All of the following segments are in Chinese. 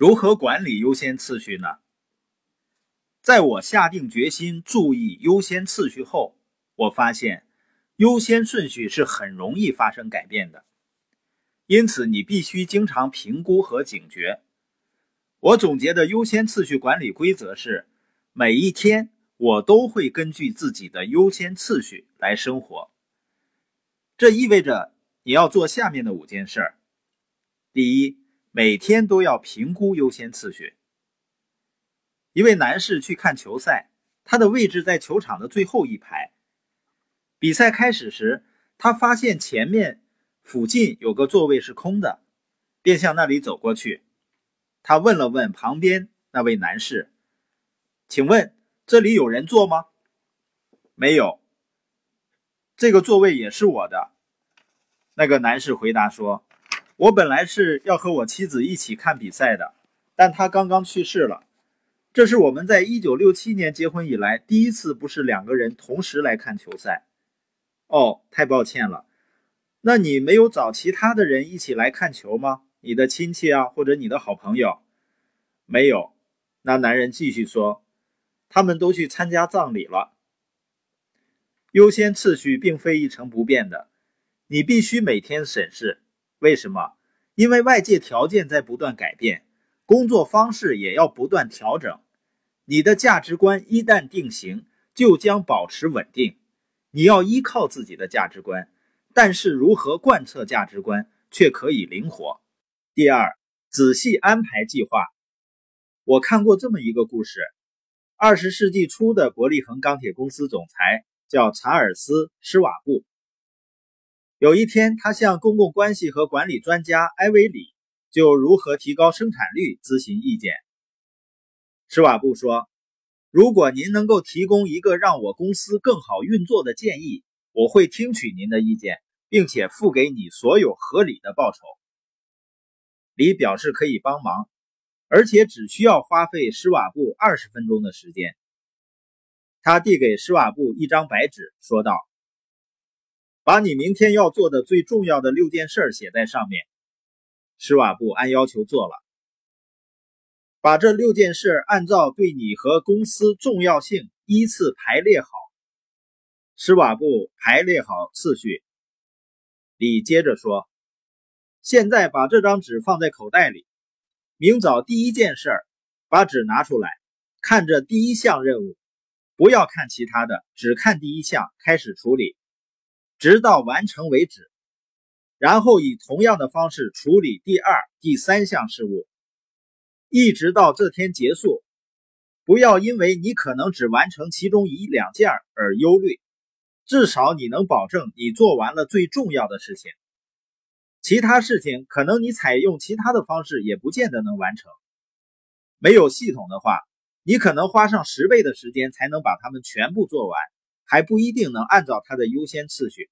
如何管理优先次序呢？在我下定决心注意优先次序后，我发现优先顺序是很容易发生改变的，因此你必须经常评估和警觉。我总结的优先次序管理规则是，每一天我都会根据自己的优先次序来生活。这意味着你要做下面的5件事。第一，每天都要评估优先次序。一位男士去看球赛，他的位置在球场的最后一排。比赛开始时，他发现前面附近有个座位是空的，便向那里走过去。他问了问旁边那位男士：“请问这里有人坐吗？”“没有。”“这个座位也是我的。”那个男士回答说：“我本来是要和我妻子一起看比赛的，但她刚刚去世了。这是我们在1967年结婚以来第一次不是2个人同时来看球赛。”“哦，太抱歉了。那你没有找其他的人一起来看球吗？你的亲戚啊，或者你的好朋友？”“没有。”那男人继续说，“他们都去参加葬礼了。”优先次序并非一成不变的，你必须每天审视。为什么？因为外界条件在不断改变，工作方式也要不断调整。你的价值观一旦定型，就将保持稳定。你要依靠自己的价值观，但是如何贯彻价值观却可以灵活。第二，仔细安排计划。我看过这么一个故事，20世纪初的伯利恒钢铁公司总裁叫查尔斯·施瓦布。有一天，他向公共关系和管理专家埃维里就如何提高生产率咨询意见。施瓦布说：“如果您能够提供一个让我公司更好运作的建议，我会听取您的意见，并且付给你所有合理的报酬。”李表示可以帮忙，而且只需要花费施瓦布20分钟的时间。他递给施瓦布一张白纸，说道：“把你明天要做的最重要的6件事写在上面。”施瓦布按要求做了。把这6件事按照对你和公司重要性依次排列好。施瓦布排列好次序。李接着说：“现在把这张纸放在口袋里。明早第1件事，把纸拿出来，看着第1项任务，不要看其他的，只看第1项，开始处理，直到完成为止。然后以同样的方式处理第2、第3项事务，一直到这天结束。不要因为你可能只完成其中1、2件而忧虑，至少你能保证你做完了最重要的事情。其他事情可能你采用其他的方式也不见得能完成。没有系统的话，你可能花上10倍的时间才能把它们全部做完，还不一定能按照它的优先次序。”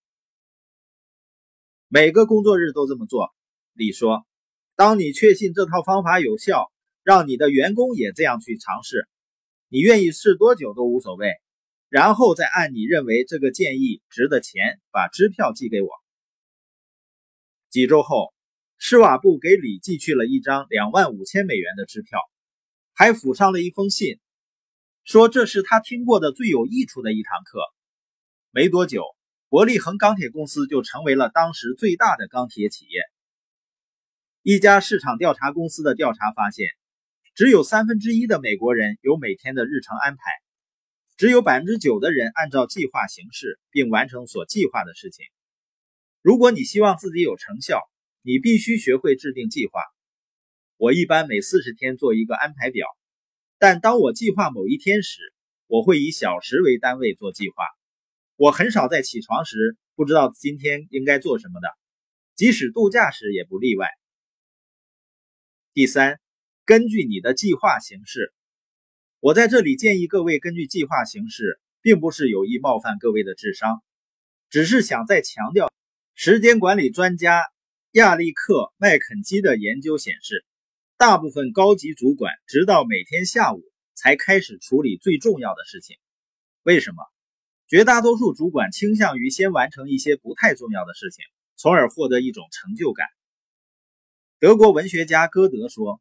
每个工作日都这么做，李说。当你确信这套方法有效，让你的员工也这样去尝试，你愿意试多久都无所谓，然后再按你认为这个建议值的钱把支票寄给我。几周后，施瓦布给李寄去了一张25000美元的支票，还附上了一封信，说这是他听过的最有益处的一堂课。没多久，伯利恒钢铁公司就成为了当时最大的钢铁企业。一家市场调查公司的调查发现，只有1/3的美国人有每天的日程安排，只有9%的人按照计划行事并完成所计划的事情。如果你希望自己有成效，你必须学会制定计划。我一般每40天做一个安排表，但当我计划某一天时，我会以小时为单位做计划。我很少在起床时不知道今天应该做什么的，即使度假时也不例外。第3，根据你的计划行事。我在这里建议各位根据计划行事，并不是有意冒犯各位的智商，只是想再强调，时间管理专家亚历克·麦肯基的研究显示，大部分高级主管直到每天下午才开始处理最重要的事情。为什么？绝大多数主管倾向于先完成一些不太重要的事情，从而获得一种成就感。德国文学家歌德说，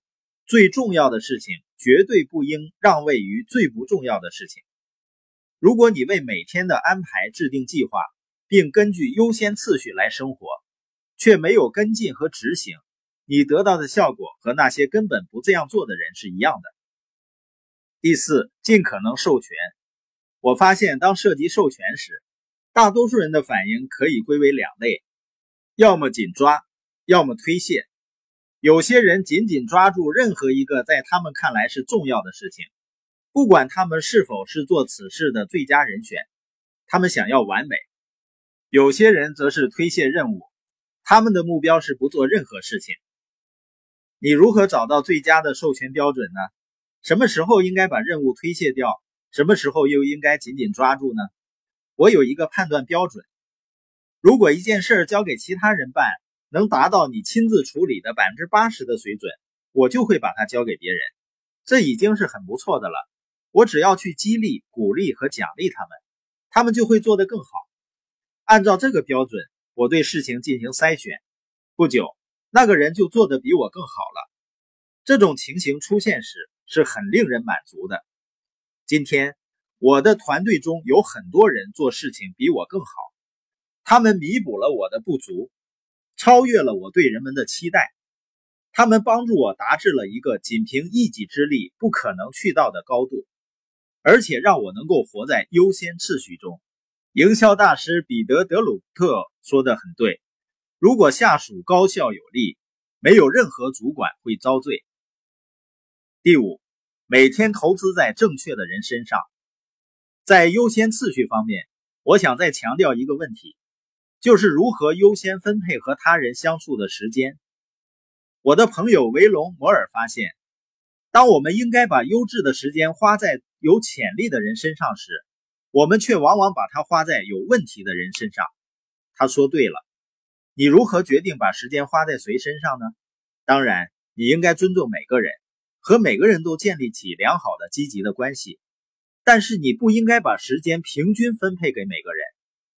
最重要的事情绝对不应让位于最不重要的事情。如果你为每天的安排制定计划，并根据优先次序来生活，却没有跟进和执行，你得到的效果和那些根本不这样做的人是一样的。第四，尽可能授权。我发现当涉及授权时，大多数人的反应可以归为两类，要么紧抓，要么推卸。有些人紧紧抓住任何一个在他们看来是重要的事情，不管他们是否是做此事的最佳人选，他们想要完美。有些人则是推卸任务，他们的目标是不做任何事情。你如何找到最佳的授权标准呢？什么时候应该把任务推卸掉，什么时候又应该紧紧抓住呢？我有一个判断标准。如果一件事交给其他人办，能达到你亲自处理的 80% 的水准，我就会把它交给别人。这已经是很不错的了。我只要去激励、鼓励和奖励他们，他们就会做得更好。按照这个标准，我对事情进行筛选。不久，那个人就做得比我更好了。这种情形出现时是很令人满足的。今天，我的团队中有很多人做事情比我更好，他们弥补了我的不足，超越了我对人们的期待。他们帮助我达至了一个仅凭一己之力不可能去到的高度，而且让我能够活在优先次序中。营销大师彼得·德鲁特说得很对，如果下属高效有力，没有任何主管会遭罪。第五，每天投资在正确的人身上。在优先次序方面，我想再强调一个问题，就是如何优先分配和他人相处的时间。我的朋友维隆·摩尔发现，当我们应该把优质的时间花在有潜力的人身上时，我们却往往把它花在有问题的人身上。他说对了。你如何决定把时间花在谁身上呢？当然，你应该尊重每个人，和每个人都建立起良好的积极的关系，但是你不应该把时间平均分配给每个人。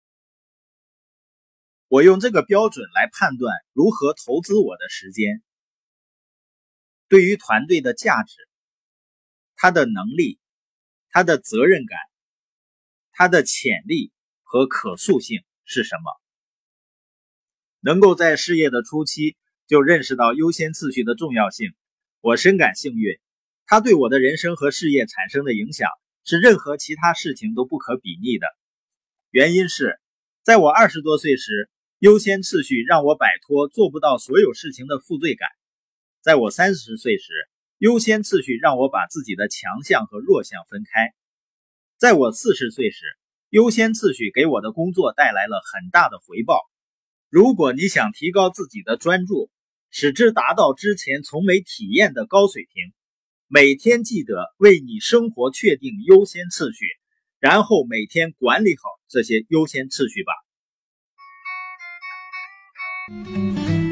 我用这个标准来判断如何投资我的时间。对于团队的价值，他的能力，他的责任感，他的潜力和可塑性是什么？能够在事业的初期就认识到优先次序的重要性，我深感幸运。它对我的人生和事业产生的影响是任何其他事情都不可比拟的。原因是，在我20多岁时，优先次序让我摆脱做不到所有事情的负罪感。在我30岁时，优先次序让我把自己的强项和弱项分开。在我40岁时，优先次序给我的工作带来了很大的回报。如果你想提高自己的专注，使之达到之前从没体验的高水平，每天记得为你生活确定优先次序，然后每天管理好这些优先次序吧。